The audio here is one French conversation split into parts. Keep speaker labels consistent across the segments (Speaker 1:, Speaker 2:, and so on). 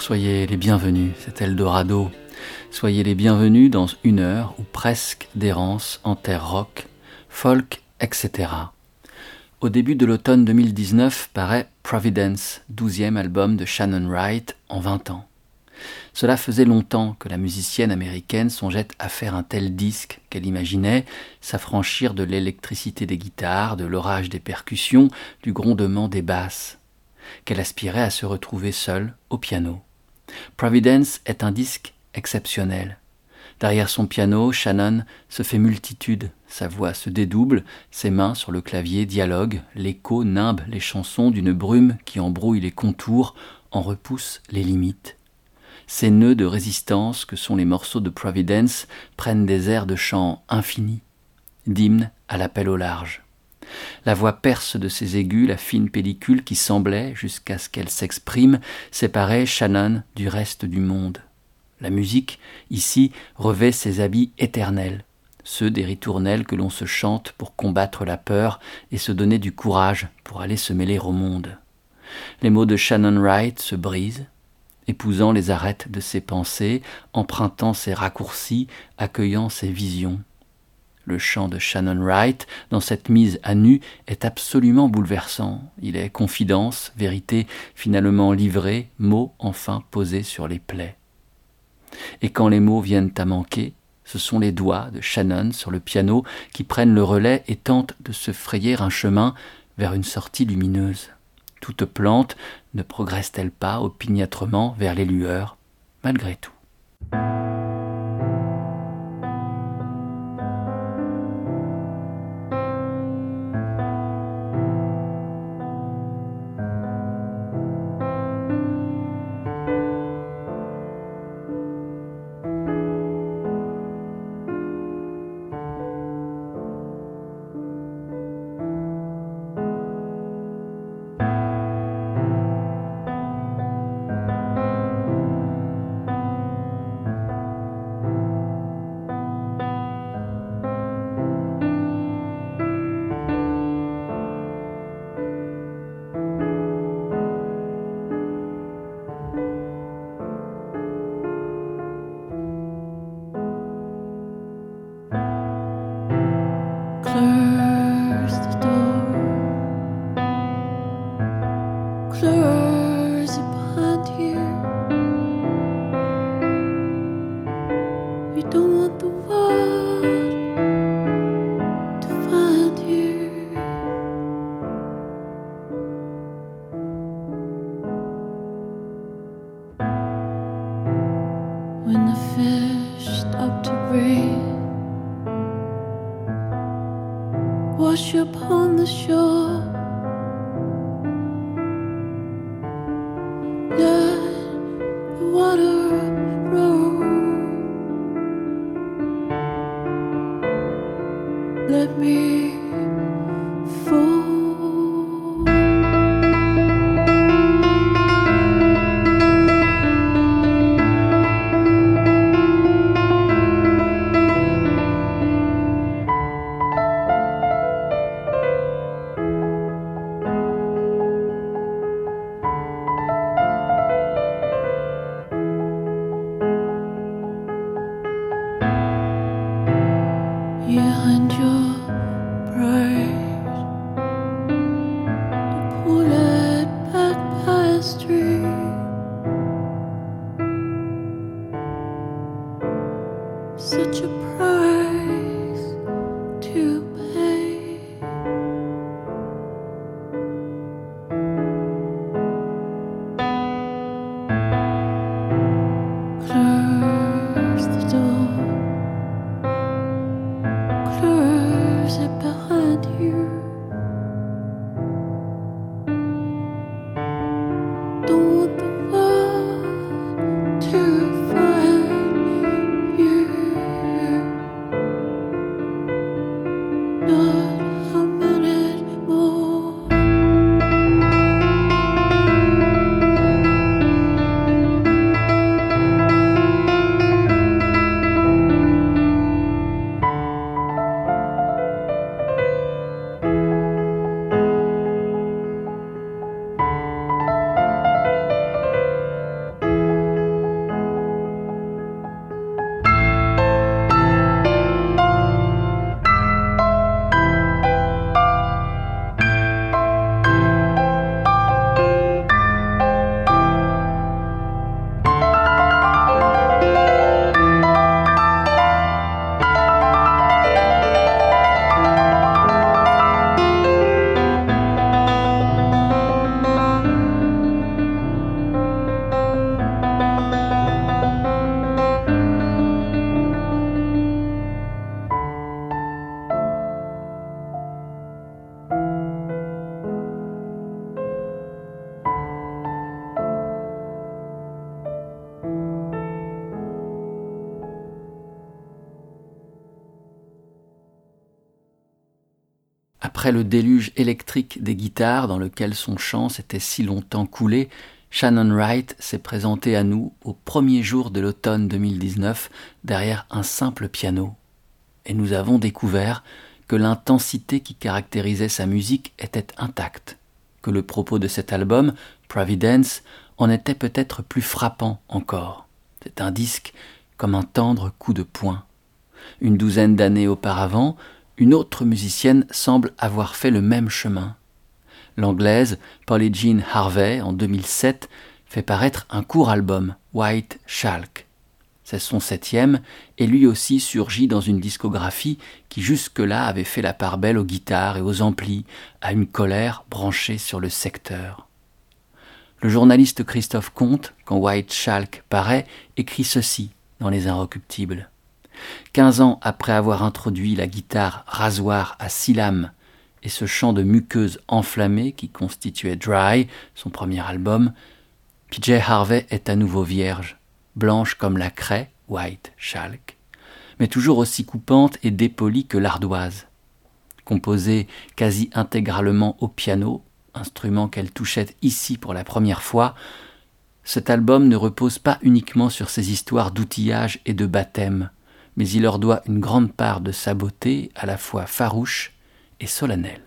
Speaker 1: soyez les bienvenus, c'est Eldorado. Soyez les bienvenus dans une heure ou presque d'errance en terre rock, folk, etc. Au début de l'automne 2019 paraît Providence, 12e album de Shannon Wright en 20 ans. Cela faisait longtemps que la musicienne américaine songeait à faire un tel disque qu'elle imaginait s'affranchir de l'électricité des guitares, de l'orage des percussions, du grondement des basses, qu'elle aspirait à se retrouver seule au piano. Providence est un disque exceptionnel. Derrière son piano, Shannon se fait multitude, sa voix se dédouble, ses mains sur le clavier dialoguent, l'écho nimbe les chansons d'une brume qui embrouille les contours, en repousse les limites. Ces nœuds de résistance que sont les morceaux de Providence prennent des airs de chant infinis, d'hymne à l'appel au large. La voix perce de ses aigus la fine pellicule qui semblait, jusqu'à ce qu'elle s'exprime, séparer Shannon du reste du monde. La musique, ici, revêt ses habits éternels, ceux des ritournelles que l'on se chante pour combattre la peur et se donner du courage pour aller se mêler au monde. Les mots de Shannon Wright se brisent, épousant les arêtes de ses pensées, empruntant ses raccourcis, accueillant ses visions. Le chant de Shannon Wright, dans cette mise à nu, est absolument bouleversant. Il est confidence, vérité finalement livrée, mots enfin posés sur les plaies. Et quand les mots viennent à manquer, ce sont les doigts de Shannon sur le piano qui prennent le relais et tentent de se frayer un chemin vers une sortie lumineuse. Toute plante ne progresse-t-elle pas opiniâtrement vers les lueurs, malgré tout?
Speaker 2: Close the door. Close it behind you. You don't want the world to find you. When the fish stop to breathe, wash upon the shore. Let the water roll. Let me fall. You and your pride, you pull it back by a stream. Such a price to pay. Close the door. Close it behind you. Don't want the world to find you. Not a minute more.
Speaker 1: Après le déluge électrique des guitares dans lequel son chant s'était si longtemps coulé, Shannon Wright s'est présenté à nous au premier jour de l'automne 2019 derrière un simple piano. Et nous avons découvert que l'intensité qui caractérisait sa musique était intacte, que le propos de cet album, Providence, en était peut-être plus frappant encore. C'est un disque comme un tendre coup de poing. Une douzaine d'années auparavant, une autre musicienne semble avoir fait le même chemin. L'anglaise Polly Jean Harvey, en 2007, fait paraître un court album, White Chalk. C'est son 7e, et lui aussi surgit dans une discographie qui jusque-là avait fait la part belle aux guitares et aux amplis, à une colère branchée sur le secteur. Le journaliste Christophe Comte, quand White Chalk paraît, écrit ceci dans Les Inrecuptibles. 15 ans après avoir introduit la guitare rasoir à 6 lames et ce chant de muqueuse enflammée qui constituait Dry, son premier album, PJ Harvey est à nouveau vierge, blanche comme la craie, White Chalk, mais toujours aussi coupante et dépolie que l'ardoise. Composée quasi intégralement au piano, instrument qu'elle touchait ici pour la première fois, cet album ne repose pas uniquement sur ses histoires d'outillage et de baptême, mais il leur doit une grande part de sa beauté à la fois farouche et solennelle.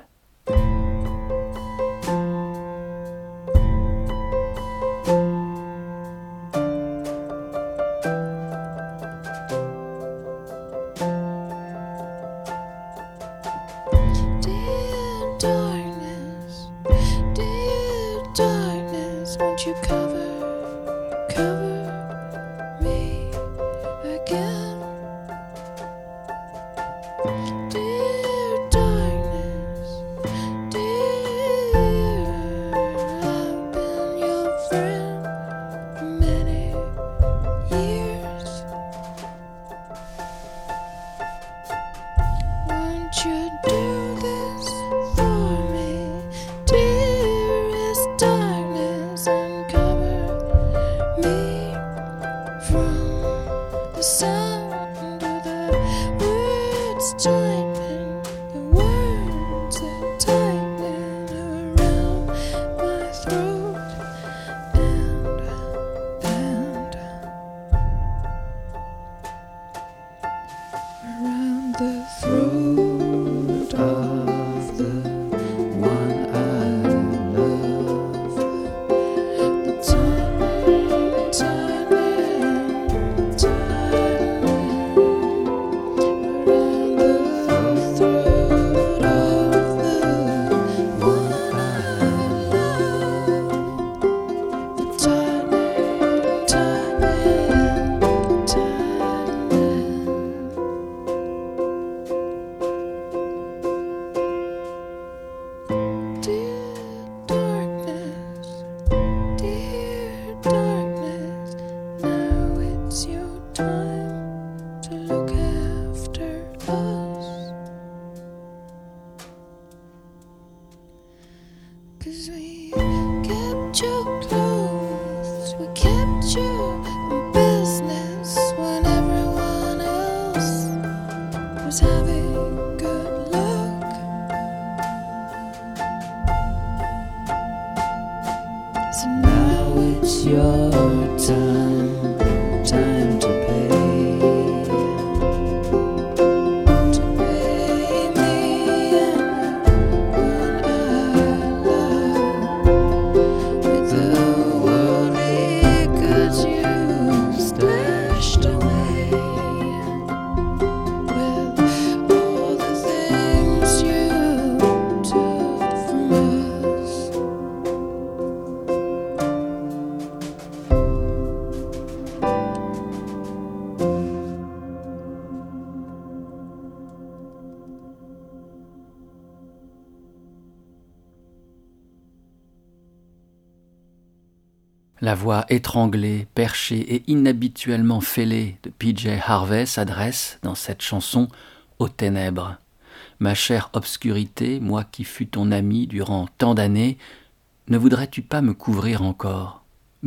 Speaker 1: La voix étranglée, perchée et inhabituellement fêlée de PJ Harvey s'adresse, dans cette chanson, aux ténèbres. Ma chère obscurité, moi qui fus ton ami durant tant d'années, ne voudrais-tu pas me couvrir encore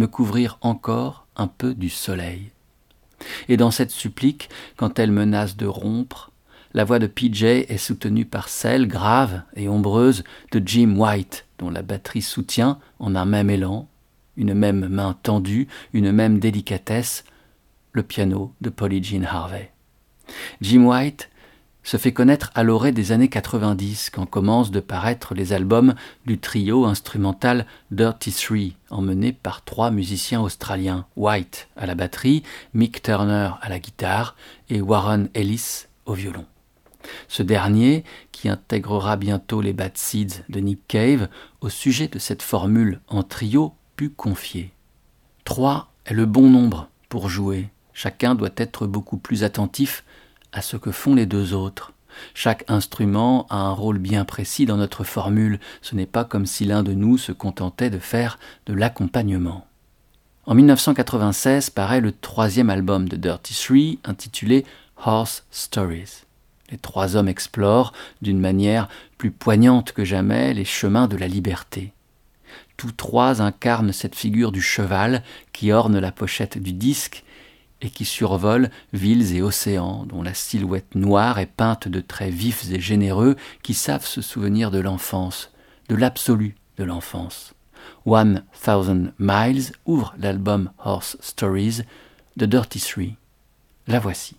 Speaker 1: un peu du soleil? Et dans cette supplique, quand elle menace de rompre, la voix de PJ est soutenue par celle grave et ombreuse de Jim White, dont la batterie soutient, en un même élan, une même main tendue, une même délicatesse, le piano de Polly Jean Harvey. Jim White se fait connaître à l'orée des années 90, quand commencent de paraître les albums du trio instrumental Dirty Three, emmené par 3 musiciens australiens, White à la batterie, Mick Turner à la guitare et Warren Ellis au violon. Ce dernier, qui intégrera bientôt les Bad Seeds de Nick Cave, au sujet de cette formule en trio, put confier. 3 est le bon nombre pour jouer. Chacun doit être beaucoup plus attentif à ce que font les 2 autres. Chaque instrument a un rôle bien précis dans notre formule. Ce n'est pas comme si l'un de nous se contentait de faire de l'accompagnement. En 1996 paraît le 3e album de Dirty Three, intitulé Horse Stories. Les 3 hommes explorent, d'une manière plus poignante que jamais, les chemins de la liberté. Tous 3 incarnent cette figure du cheval qui orne la pochette du disque et qui survole villes et océans, dont la silhouette noire est peinte de traits vifs et généreux qui savent se souvenir de l'enfance, de l'absolu de l'enfance. 1000 Miles ouvre l'album Horse Stories de Dirty Three. La voici.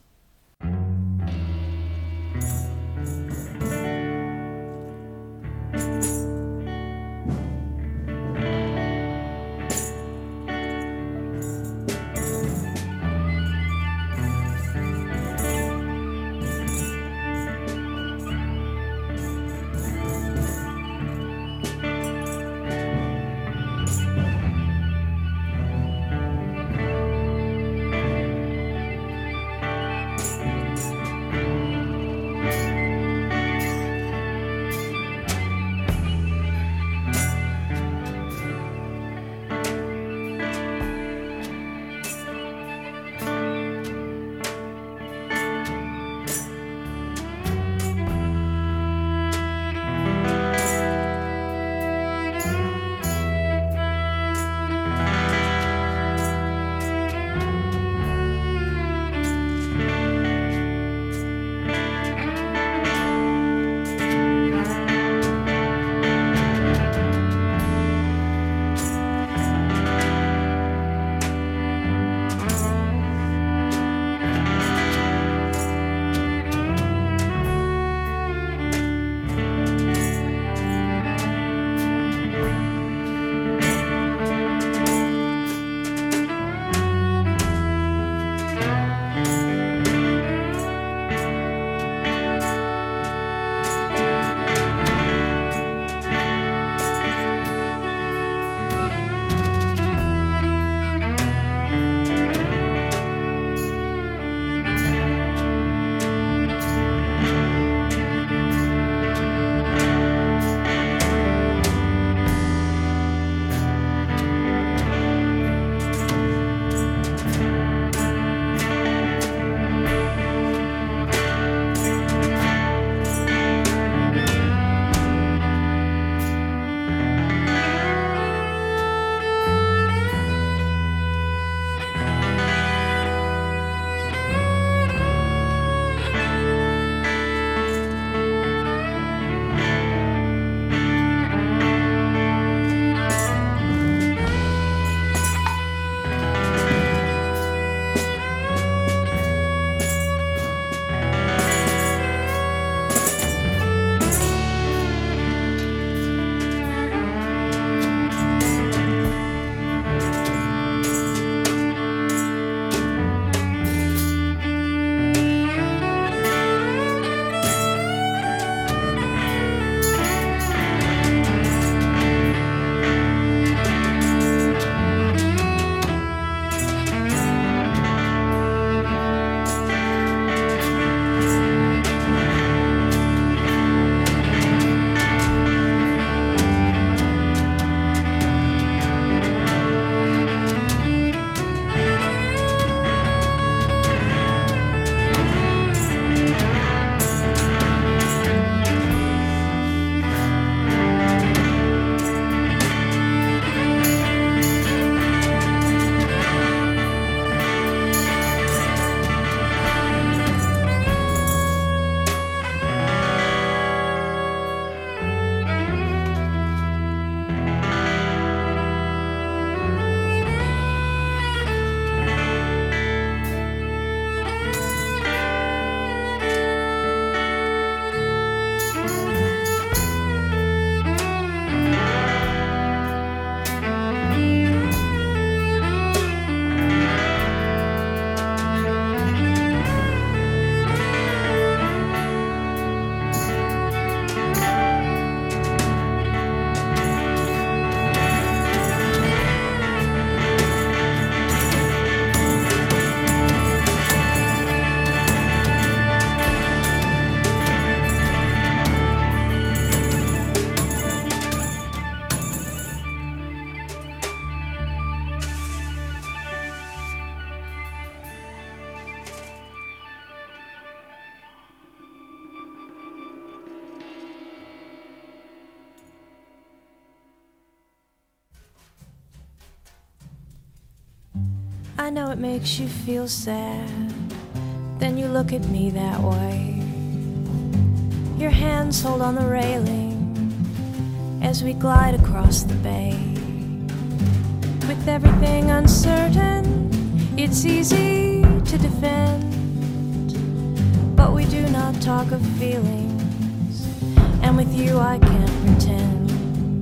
Speaker 2: I know it makes you feel sad. Then you look at me that way. Your hands hold on the railing as we glide across the bay. With everything uncertain, it's easy to defend. But we do not talk of feelings, and with you I can't pretend.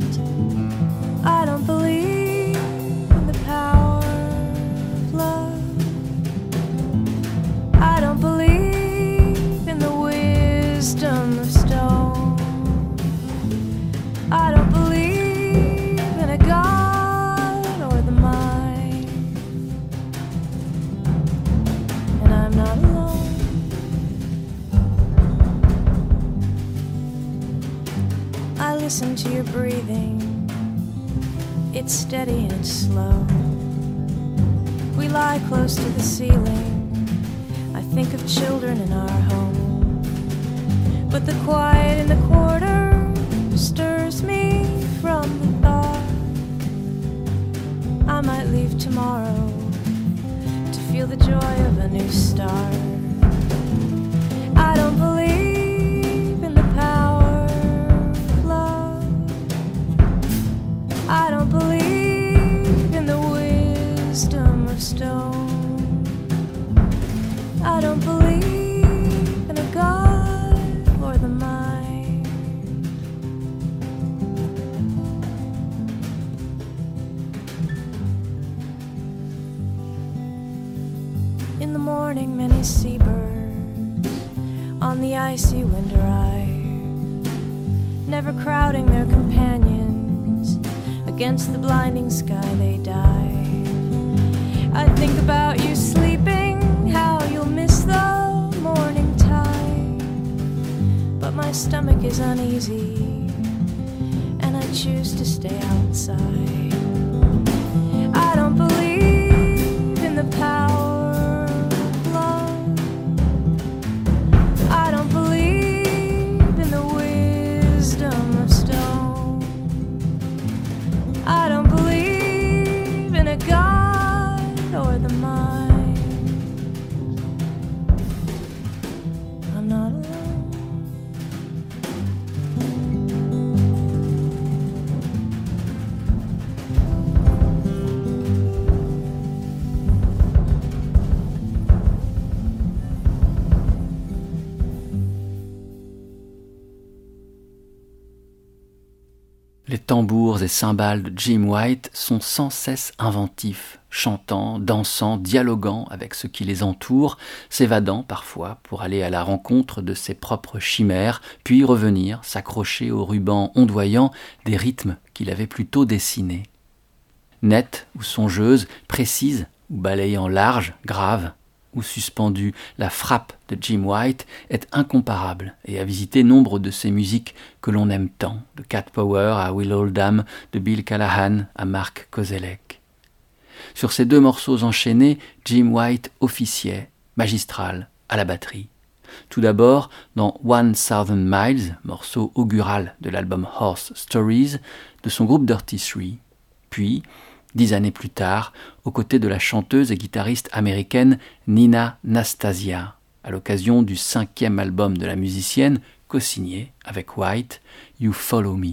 Speaker 2: I don't believe in the power of love. I don't believe in the wisdom of stone. I don't believe in a God or the mind. And I'm not alone. I listen to your breathing. It's steady and it's slow. We lie close to the ceiling. I think of children in our home. But the quiet in the quarter stirs me from the thought I might leave tomorrow to feel the joy of a new start. I don't believe in the power of love. I don't believe in the wisdom of stone. I don't believe in a God or the mind. In the morning, many seabirds on the icy wind arrive, never crowding their companions. Against the blinding sky they dive. I think about you sleeping, how you'll miss the morning tide. But my stomach is uneasy, and I choose to stay outside. I don't believe in the power of love. I don't believe in the wisdom of stone. I don't believe in a God or the mind. I'm not alone.
Speaker 1: Les tambours et cymbales de Jim White sont sans cesse inventifs, chantant, dansant, dialoguant avec ce qui les entoure, s'évadant parfois pour aller à la rencontre de ses propres chimères, puis revenir s'accrocher au ruban ondoyant des rythmes qu'il avait plutôt dessinés. Nette ou songeuse, précise ou balayant large, grave ou suspendue, la frappe de Jim White est incomparable et a visité nombre de ces musiques que l'on aime tant, de Cat Power à Will Oldham, de Bill Callahan à Mark Kozelek. Sur ces deux morceaux enchaînés, Jim White officiait, magistral, à la batterie. Tout d'abord dans 1000 Miles, morceau augural de l'album Horse Stories de son groupe Dirty Three, puis 10 années plus tard, aux côtés de la chanteuse et guitariste américaine Nina Nastasia, à l'occasion du 5e album de la musicienne, co-signé avec White, You Follow Me.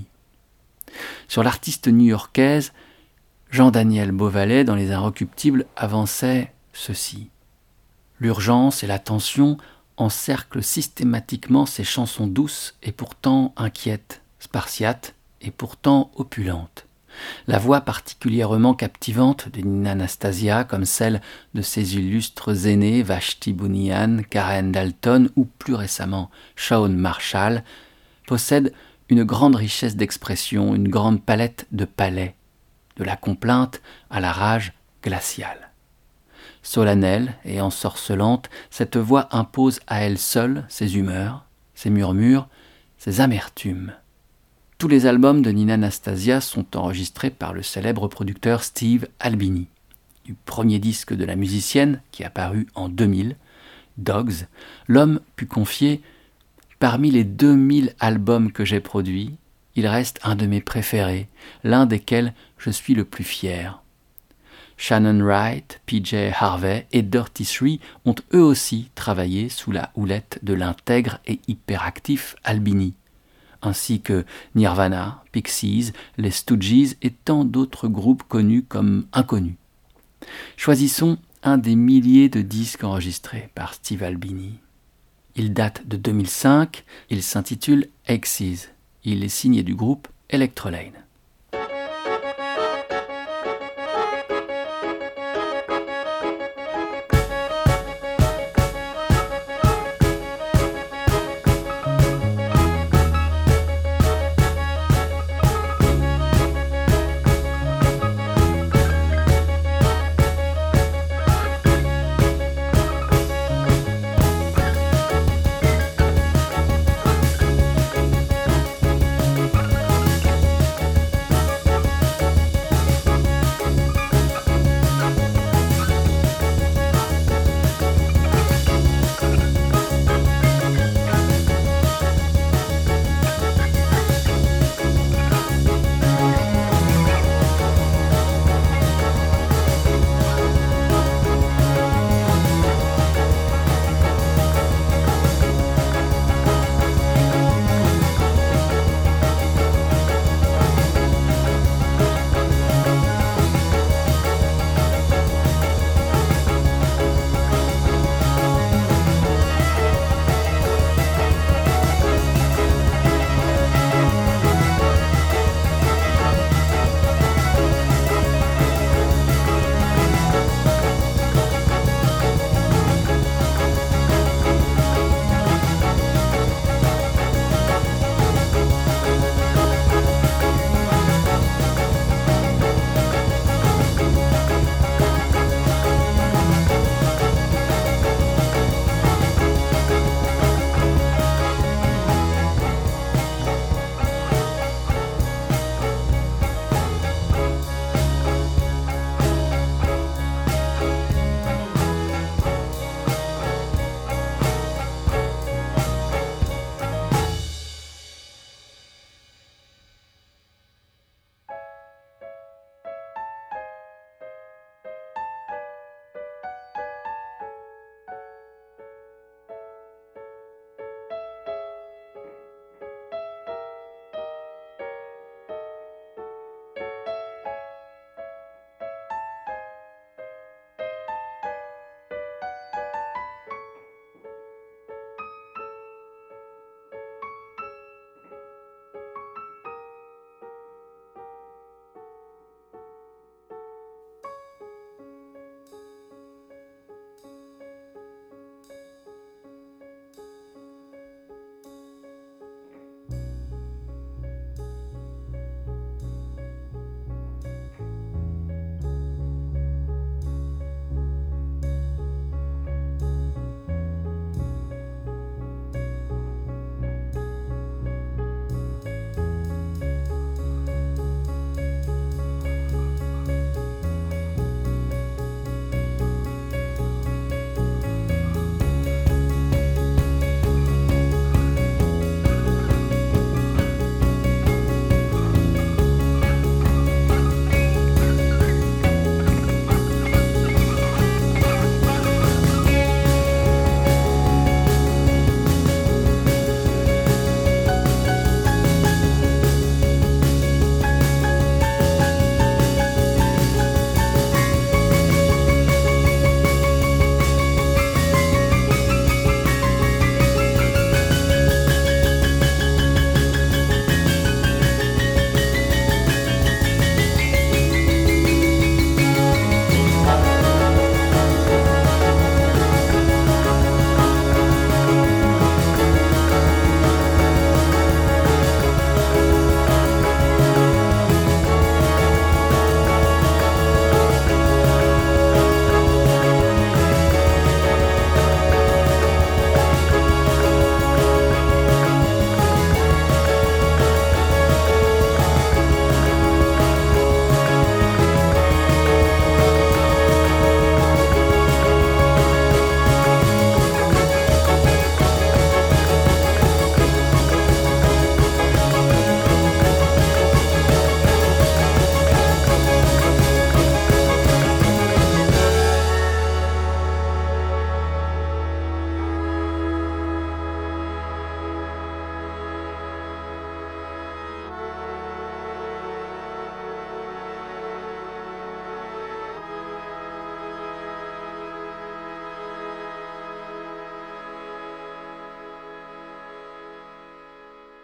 Speaker 1: Sur l'artiste new-yorkaise, Jean-Daniel Beauvalet, dans Les Inrecuptibles, avançait ceci. L'urgence et la tension encerclent systématiquement ces chansons douces et pourtant inquiètes, spartiates et pourtant opulentes. La voix particulièrement captivante de Nina Nastasia, comme celle de ses illustres aînés Vashti Bunyan, Karen Dalton ou plus récemment Shawn Marshall, possède une grande richesse d'expression, une grande palette de palais, de la complainte à la rage glaciale. Solennelle et ensorcelante, cette voix impose à elle seule ses humeurs, ses murmures, ses amertumes. Tous les albums de Nina Nastasia sont enregistrés par le célèbre producteur Steve Albini. Du premier disque de la musicienne, qui a paru en 2000, Dogs, l'homme put confier « Parmi les 2000 albums que j'ai produits, il reste un de mes préférés, l'un desquels je suis le plus fier. Shannon Wright, PJ Harvey et Dirty Three ont eux aussi travaillé sous la houlette de l'intègre et hyperactif Albini, ainsi que Nirvana, Pixies, les Stooges et tant d'autres groupes connus comme inconnus. Choisissons un des milliers de disques enregistrés par Steve Albini. Il date de 2005, il s'intitule Axes. Il est signé du groupe Electrolane.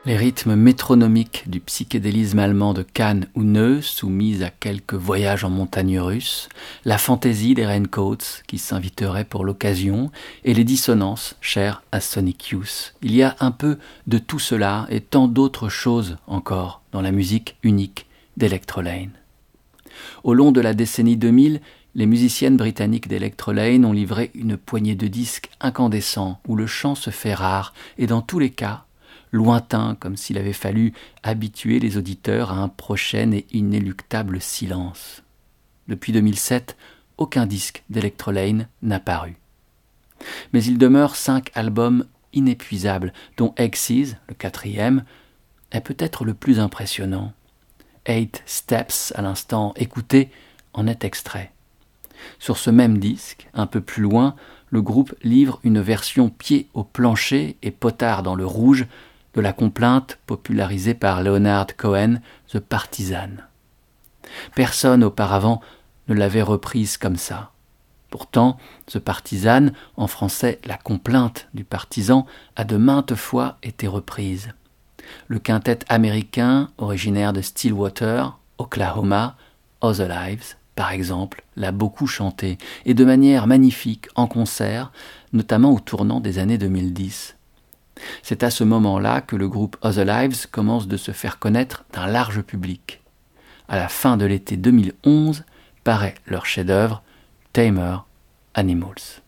Speaker 1: Les rythmes métronomiques du psychédélisme allemand de Cannes ou Neu, soumis à quelques voyages en montagne russe, la fantaisie des Raincoats qui s'inviteraient pour l'occasion, et les dissonances chères à Sonic Youth. Il y a un peu de tout cela et tant d'autres choses encore dans la musique unique d'Electrolane. Au long de la décennie 2000, les musiciennes britanniques d'Electrolane ont livré une poignée de disques incandescents où le chant se fait rare et dans tous les cas, lointain, comme s'il avait fallu habituer les auditeurs à un prochain et inéluctable silence. Depuis 2007, aucun disque d'Electrolane n'a paru. Mais il demeure 5 albums inépuisables, dont Exes, le 4e, est peut-être le plus impressionnant. 8 Steps, à l'instant écouté, en est extrait. Sur ce même disque, un peu plus loin, le groupe livre une version pied au plancher et potard dans le rouge de la complainte popularisée par Leonard Cohen, The Partisan. Personne auparavant ne l'avait reprise comme ça. Pourtant, The Partisan, en français la complainte du partisan, a de maintes fois été reprise. Le quintet américain, originaire de Stillwater, Oklahoma, Other Lives, par exemple, l'a beaucoup chanté, et de manière magnifique en concert, notamment au tournant des années 2010. C'est à ce moment-là que le groupe Other Lives commence de se faire connaître d'un large public. À la fin de l'été 2011, paraît leur chef-d'œuvre, Tamer Animals.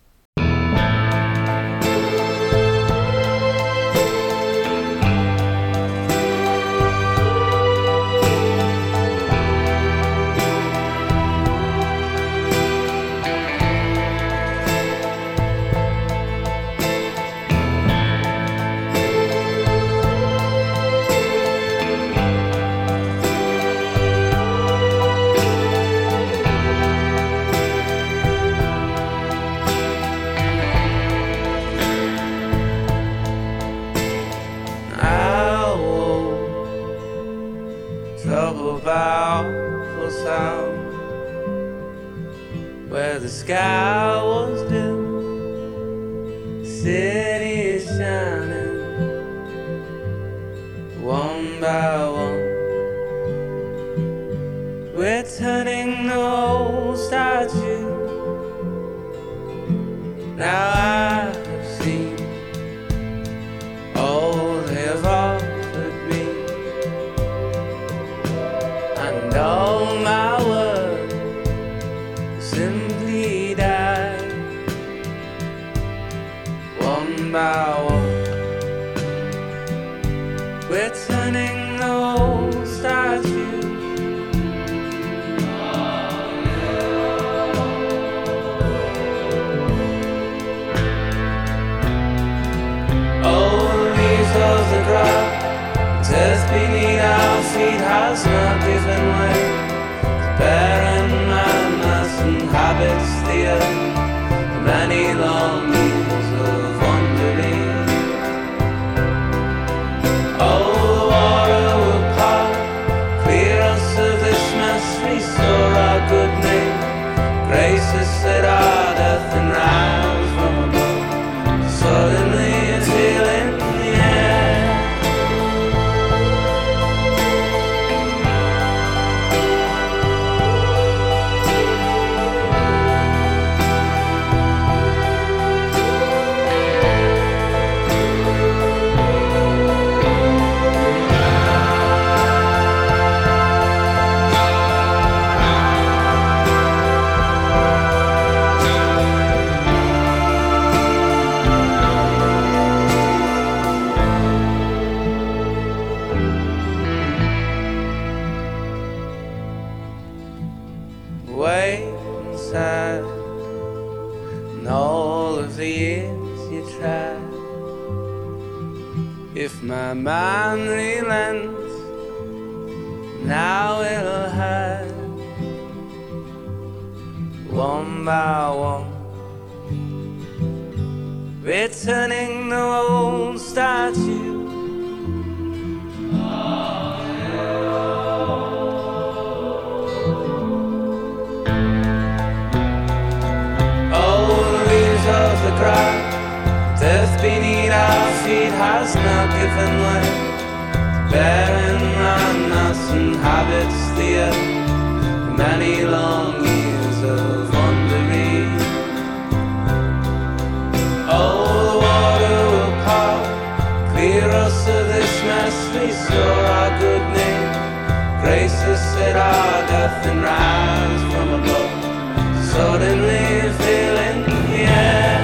Speaker 3: Where the sky was dim, city is shining, one by one. We're turning the old statue. Now I've seen all they've offered me, and all my words simply died, one by one. We're turning the old statue. Of the ground, earth beneath our feet has not given way. The barren madness inhabits the earth, many long years of wandering. Oh, the water will part, clear us of this mess, restore our good name, grace us at our death and rise from above. Suddenly it's healing. If my mind relents, now it'll hide, one by one, returning the old statue. Oh, the leaves of the grass, death beneath our feet has now given way. forget many long years of wandering. Oh, the water will part, clear us of this mess, restore our good name, grace us at our death and rise from above, suddenly feeling the air.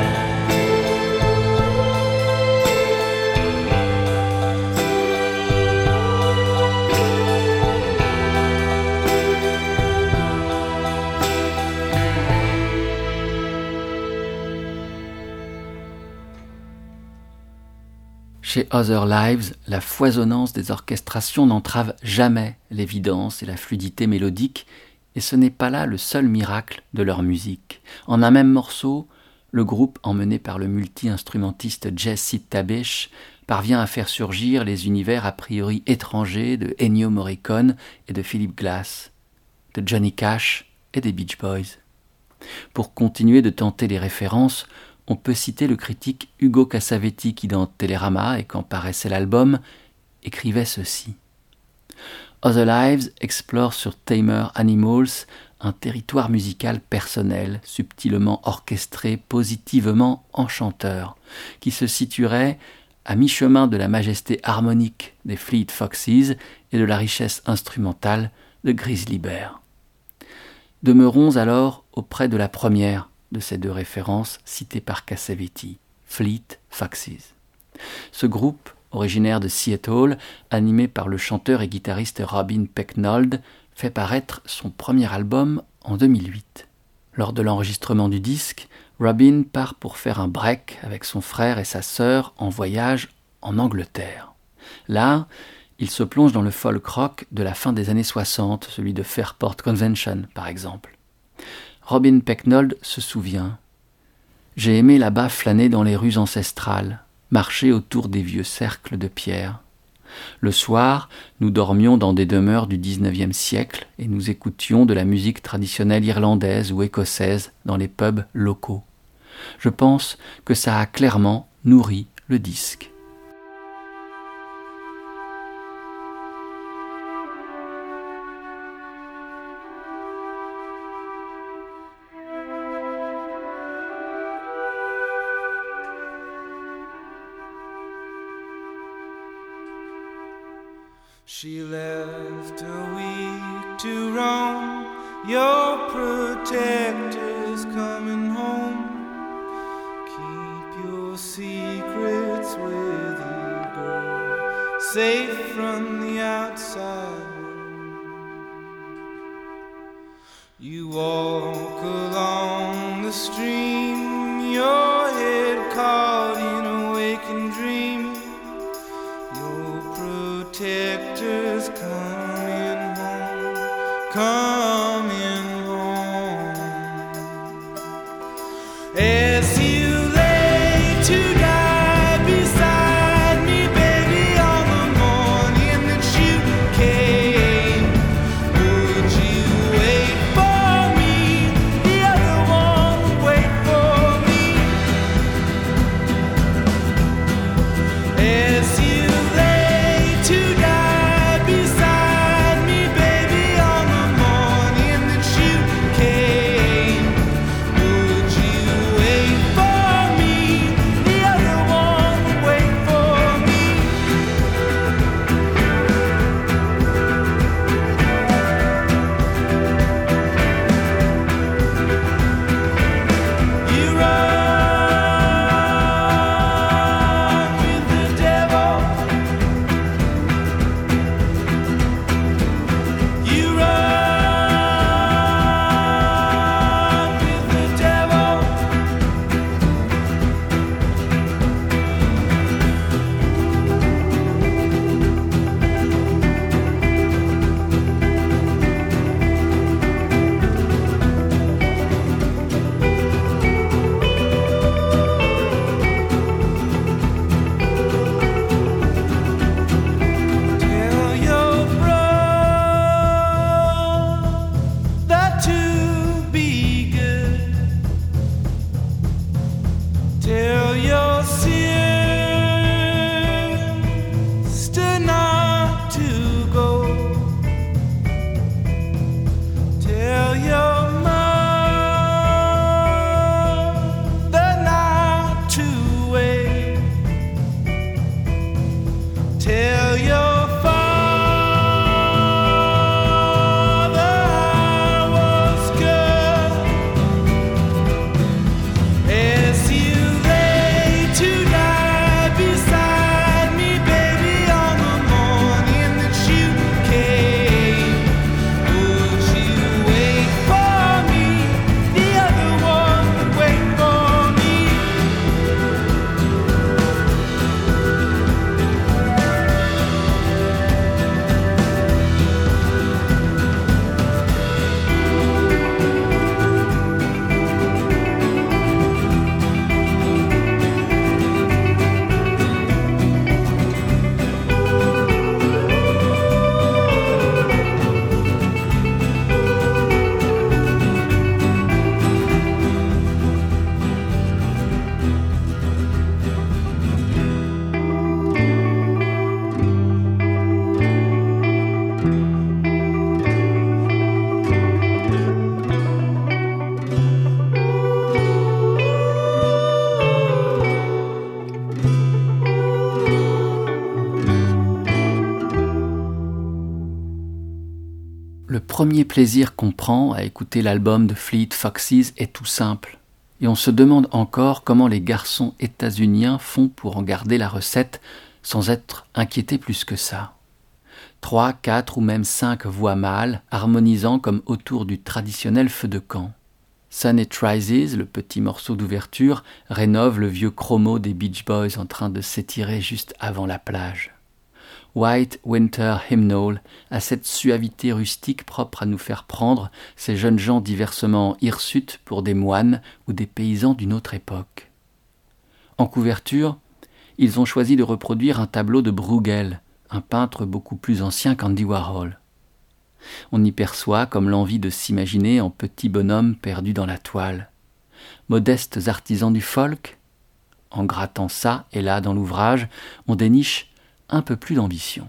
Speaker 1: Chez Other Lives, la foisonnance des orchestrations n'entrave jamais l'évidence et la fluidité mélodique, et ce n'est pas là le seul miracle de leur musique. En un même morceau, le groupe, emmené par le multi-instrumentiste Jesse Tabish, parvient à faire surgir les univers a priori étrangers de Ennio Morricone et de Philip Glass, de Johnny Cash et des Beach Boys. Pour continuer de tenter les références, on peut citer le critique Ugo Cassavetti qui, dans Télérama et quand paraissait l'album, écrivait ceci. Other Lives explore sur Tamer Animals un territoire musical personnel, subtilement orchestré, positivement enchanteur, qui se situerait à mi-chemin de la majesté harmonique des Fleet Foxes et de la richesse instrumentale de Grizzly Bear. Demeurons alors auprès de la première de ces deux références citées par Cassavetti, Fleet Foxes. Ce groupe, originaire de Seattle, animé par le chanteur et guitariste Robin Pecknold, fait paraître son premier album en 2008. Lors de l'enregistrement du disque, Robin part pour faire un break avec son frère et sa sœur en voyage en Angleterre. Là, il se plonge dans le folk rock de la fin des années 60, celui de Fairport Convention par exemple. Robin Pecknold se souvient « J'ai aimé là-bas flâner dans les rues ancestrales, marcher autour des vieux cercles de pierre. Le soir, nous dormions dans des demeures du XIXe siècle et nous écoutions de la musique traditionnelle irlandaise ou écossaise dans les pubs locaux. Je pense que ça a clairement nourri le disque. »
Speaker 3: She left a week to roam. Your protector's coming home. Keep your secrets with you, girl, safe from the outside. You walk along the stream, your head caught in a waking dream. Your protector's coming home, coming home. As you lay to die beside me, baby, on the morning that you came, would you wait for me? The other one would wait for me. As you lay to die beside me, baby, on the morning
Speaker 1: Le premier plaisir qu'on prend à écouter l'album de Fleet Foxes est tout simple. Et on se demande encore comment les garçons états-uniens font pour en garder la recette sans être inquiétés plus que ça. 3, 4 ou même 5 voix mâles harmonisant comme autour du traditionnel feu de camp. Sun It Rises, le petit morceau d'ouverture, rénove le vieux chromo des Beach Boys en train de s'étirer juste avant la plage. White Winter Hymnal a cette suavité rustique propre à nous faire prendre ces jeunes gens diversement hirsutes pour des moines ou des paysans d'une autre époque. En couverture, ils ont choisi de reproduire un tableau de Bruegel, un peintre beaucoup plus ancien qu'Andy Warhol. On y perçoit comme l'envie de s'imaginer en petits bonhommes perdus dans la toile. Modestes artisans du folk, en grattant ça et là dans l'ouvrage, on déniche un peu plus d'ambition.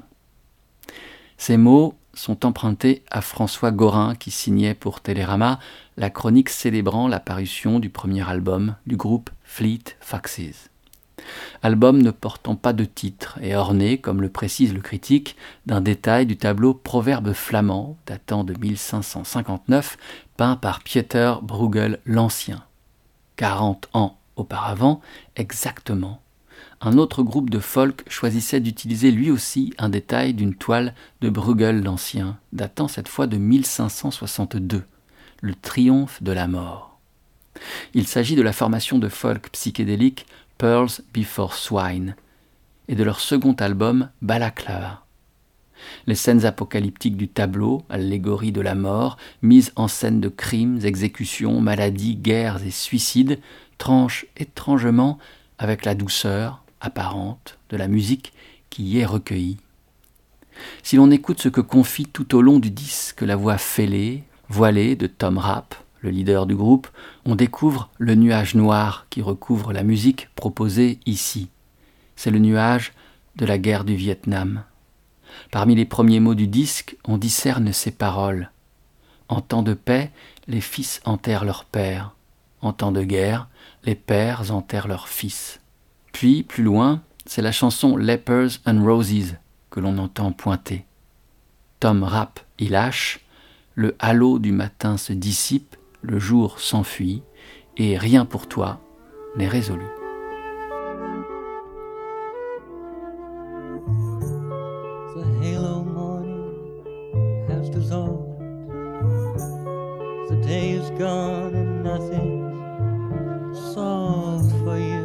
Speaker 1: Ces mots sont empruntés à François Gorin qui signait pour Télérama la chronique célébrant la parution du premier album du groupe Fleet Foxes. Album ne portant pas de titre et orné, comme le précise le critique, d'un détail du tableau Proverbe flamand datant de 1559, peint par Pieter Bruegel l'Ancien. 40 ans auparavant, exactement, un autre groupe de folk choisissait d'utiliser lui aussi un détail d'une toile de Bruegel l'Ancien, datant cette fois de 1562, le Triomphe de la mort. Il s'agit de la formation de folk psychédélique Pearls Before Swine et de leur second album Balaclava. Les scènes apocalyptiques du tableau, allégorie de la mort, mises en scène de crimes, exécutions, maladies, guerres et suicides, tranchent étrangement avec la douceur apparente de la musique qui y est recueillie. Si l'on écoute ce que confie tout au long du disque la voix fêlée, voilée de Tom Rapp, le leader du groupe, on découvre le nuage noir qui recouvre la musique proposée ici. C'est le nuage de la guerre du Vietnam. Parmi les premiers mots du disque, on discerne ces paroles. En temps de paix, les fils enterrent leurs pères. En temps de guerre, les pères enterrent leurs fils. Puis, plus loin, c'est la chanson Lepers and Roses que l'on entend pointer. Tom Rapp y lâche, le halo du matin se dissipe, le jour s'enfuit, et rien pour toi n'est résolu.
Speaker 4: The halo morning has dissolved. The day is gone and nothing's solved for you.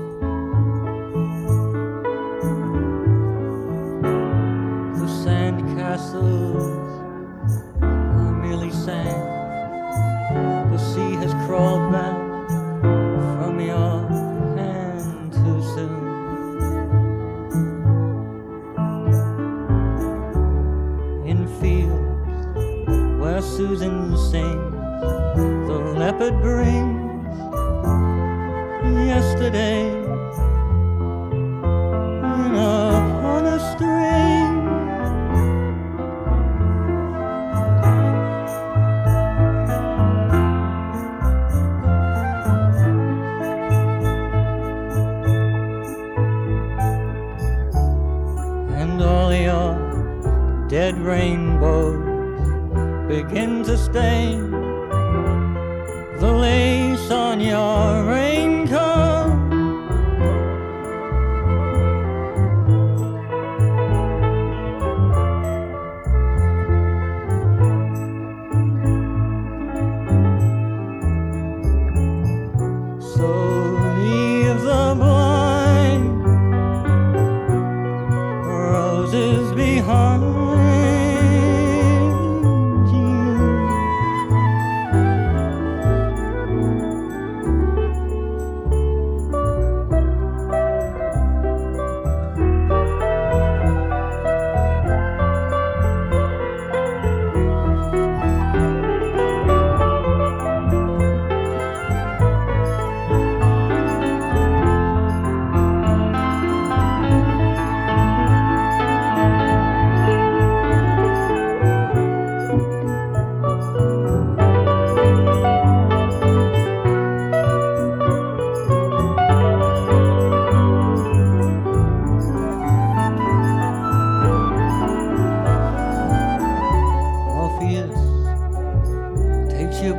Speaker 4: The sand castles are merely sand. The sea has crawled back from your hand too soon. In fields where Susan sings, the leopard brings yesterday in upon a string. And all your dead rainbows begin to stain the lace on your raincoat. So leave the blind roses behind you.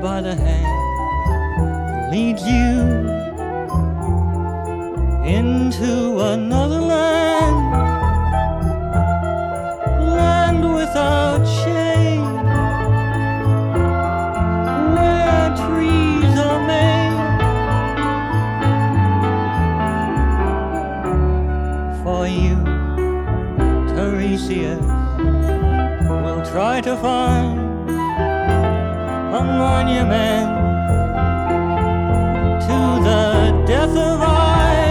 Speaker 4: by the hand leads you into another land, land without shade, where trees are made for you. Tiresias will try to find a monument to the death of I.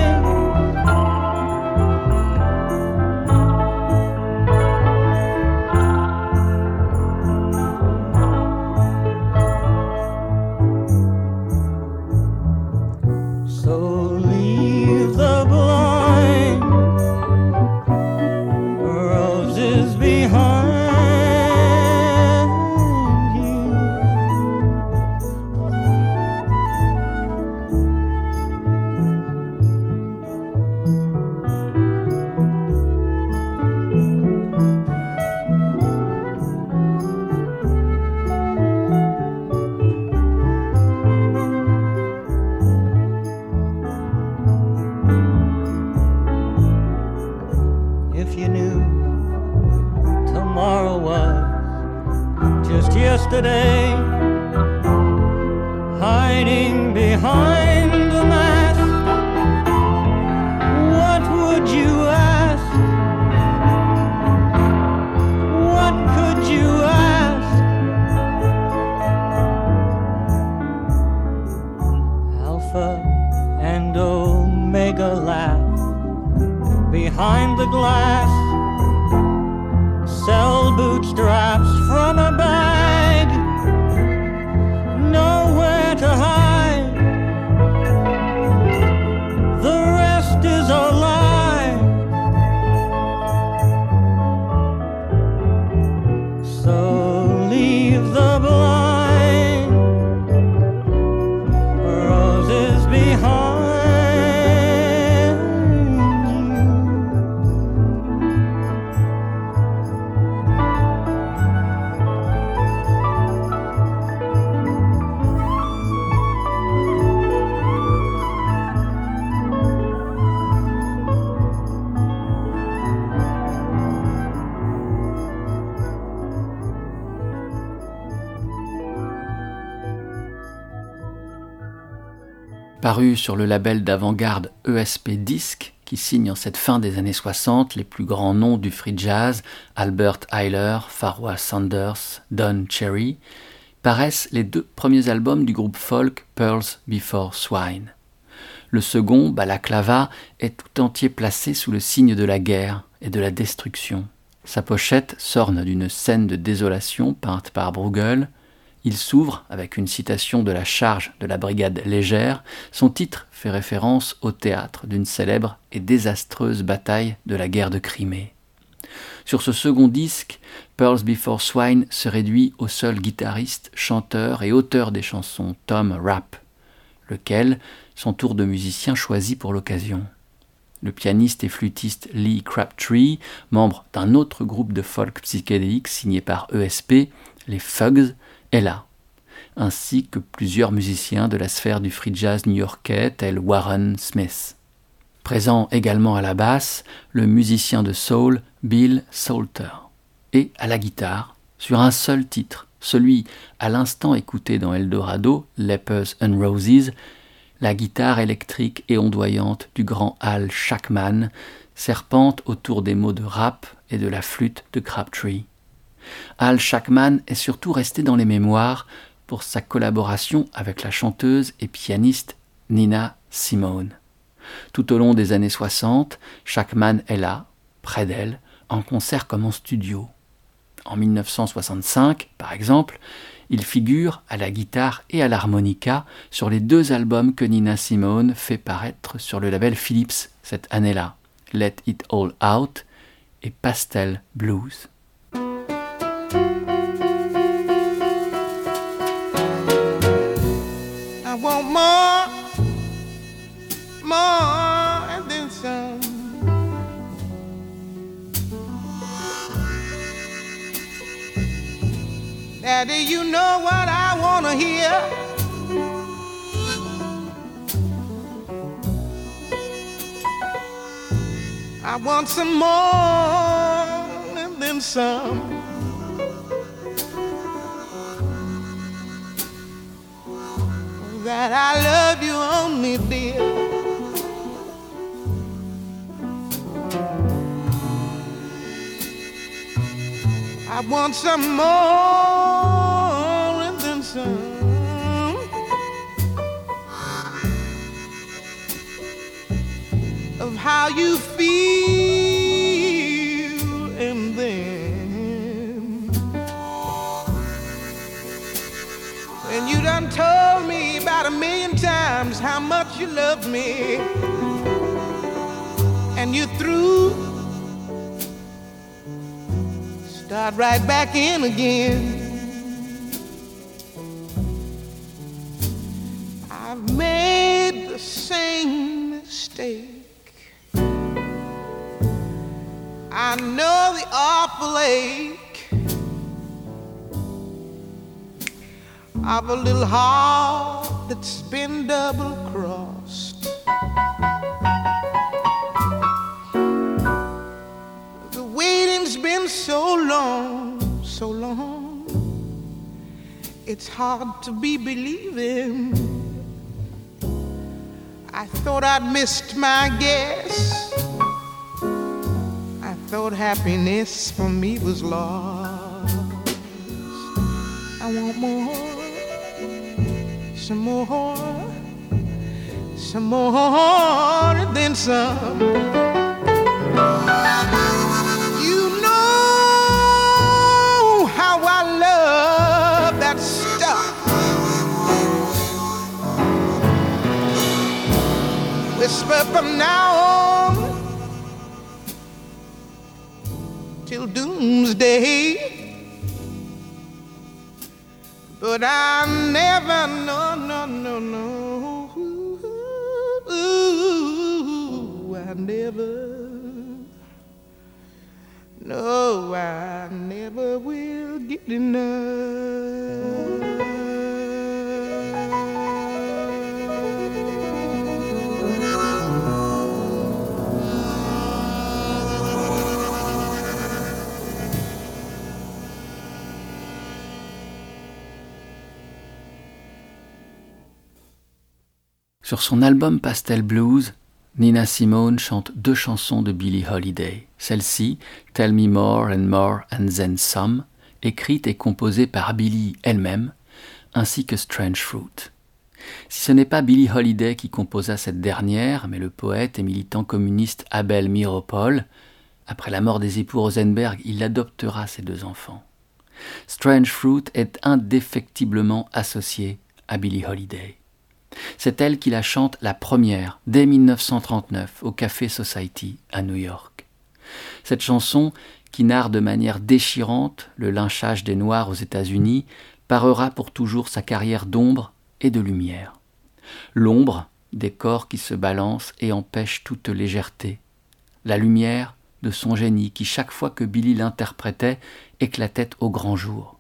Speaker 4: So leave the blind roses behind. If you knew tomorrow was just yesterday, hiding behind the mask, what would you ask? What could you ask? Alpha and Omega laugh behind the glass, sell bootstraps from a bag, nowhere to hide, the rest is a lie. So leave the blind roses behind.
Speaker 1: Paru sur le label d'avant-garde ESP Disc, qui signe en cette fin des années 60 les plus grands noms du free jazz, Albert Ayler, Pharoah Sanders, Don Cherry, paraissent les deux premiers albums du groupe folk Pearls Before Swine. Le second, Balaclava, est tout entier placé sous le signe de la guerre et de la destruction. Sa pochette s'orne d'une scène de désolation peinte par Bruegel. Il s'ouvre avec une citation de la charge de la brigade légère. Son titre fait référence au théâtre d'une célèbre et désastreuse bataille de la guerre de Crimée. Sur ce second disque, Pearls Before Swine se réduit au seul guitariste, chanteur et auteur des chansons Tom Rapp, lequel, son tour de musicien choisi pour l'occasion. Le pianiste et flûtiste Lee Crabtree, membre d'un autre groupe de folk psychédélique signé par ESP, les Fugs, est là, ainsi que plusieurs musiciens de la sphère du free jazz new-yorkais tels Warren Smith. Présent également à la basse, le musicien de soul Bill Salter. Et à la guitare, sur un seul titre, celui à l'instant écouté dans Eldorado, Lepers and Roses, la guitare électrique et ondoyante du grand Al Shackman serpente autour des mots de Rapp et de la flûte de Crabtree. Al Shackman est surtout resté dans les mémoires pour sa collaboration avec la chanteuse et pianiste Nina Simone. Tout au long des années 60, Shackman est là, près d'elle, en concert comme en studio. En 1965, par exemple, il figure à la guitare et à l'harmonica sur les deux albums que Nina Simone fait paraître sur le label Philips cette année-là, Let It All Out et Pastel Blues.
Speaker 5: I want more than some. Daddy, you know what I wanna hear. I want some more and then some. That I love you only, dear. I want some more and then some. Of how you feel, and then when you done told me about 1,000,000 times how much you love me, and you through, start right back in again. I've made the same mistake. I know the awful ache of a little heart that's been double-crossed. The waiting's been so long, so long. It's hard to be believing. I thought I'd missed my guess. I thought happiness for me was lost. I want more, some more, some more, and then some. You know how I love that stuff. Whisper from now on till doomsday, but I never, no, no, no, no, ooh, I never, no, I never will get enough.
Speaker 1: Sur son album Pastel Blues, Nina Simone chante 2 chansons de Billie Holiday. Celle-ci, Tell Me More and Then Some, écrite et composée par Billie elle-même, ainsi que Strange Fruit. Si ce n'est pas Billie Holiday qui composa cette dernière, mais le poète et militant communiste Abel Meeropol, après la mort des époux Rosenberg, il adoptera ses 2 enfants. Strange Fruit est indéfectiblement associé à Billie Holiday. C'est elle qui la chante la première, dès 1939, au Café Society à New York. Cette chanson, qui narre de manière déchirante le lynchage des Noirs aux États-Unis, parera pour toujours sa carrière d'ombre et de lumière. L'ombre, des corps qui se balancent et empêchent toute légèreté. La lumière, de son génie qui, chaque fois que Billie l'interprétait, éclatait au grand jour.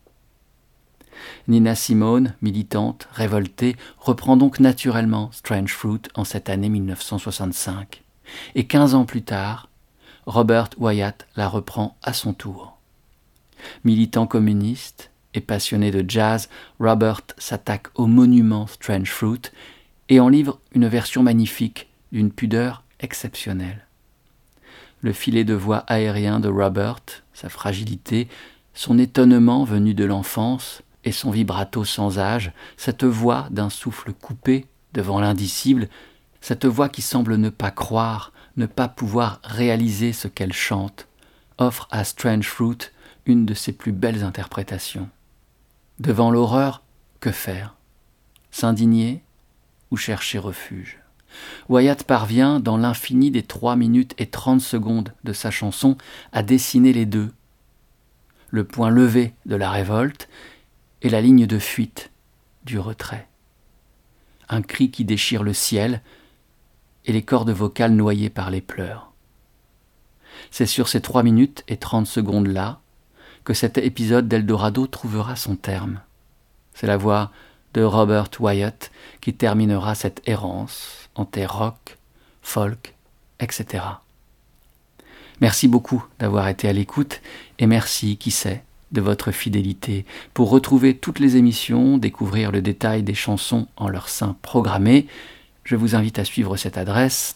Speaker 1: Nina Simone, militante, révoltée, reprend donc naturellement Strange Fruit en cette année 1965. Et 15 ans plus tard, Robert Wyatt la reprend à son tour. Militant communiste et passionné de jazz, Robert s'attaque au monument Strange Fruit et en livre une version magnifique, d'une pudeur exceptionnelle. Le filet de voix aérien de Robert, sa fragilité, son étonnement venu de l'enfance, et son vibrato sans âge, cette voix d'un souffle coupé devant l'indicible, cette voix qui semble ne pas croire, ne pas pouvoir réaliser ce qu'elle chante, offre à Strange Fruit une de ses plus belles interprétations. Devant l'horreur, que faire ? S'indigner ou chercher refuge ? Wyatt parvient, dans l'infini des 3 minutes et 30 secondes de sa chanson, à dessiner les deux. Le point levé de la révolte et la ligne de fuite du retrait. Un cri qui déchire le ciel et les cordes vocales noyées par les pleurs. C'est sur ces 3 minutes et 30 secondes-là que cet épisode d'Eldorado trouvera son terme. C'est la voix de Robert Wyatt qui terminera cette errance en terre rock, folk, etc. Merci beaucoup d'avoir été à l'écoute et merci, qui sait, de votre fidélité. Pour retrouver toutes les émissions, découvrir le détail des chansons en leur sein programmé, je vous invite à suivre cette adresse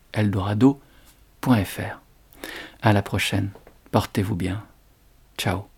Speaker 1: www.radio-eldorado.fr. À la prochaine, portez-vous bien. Ciao.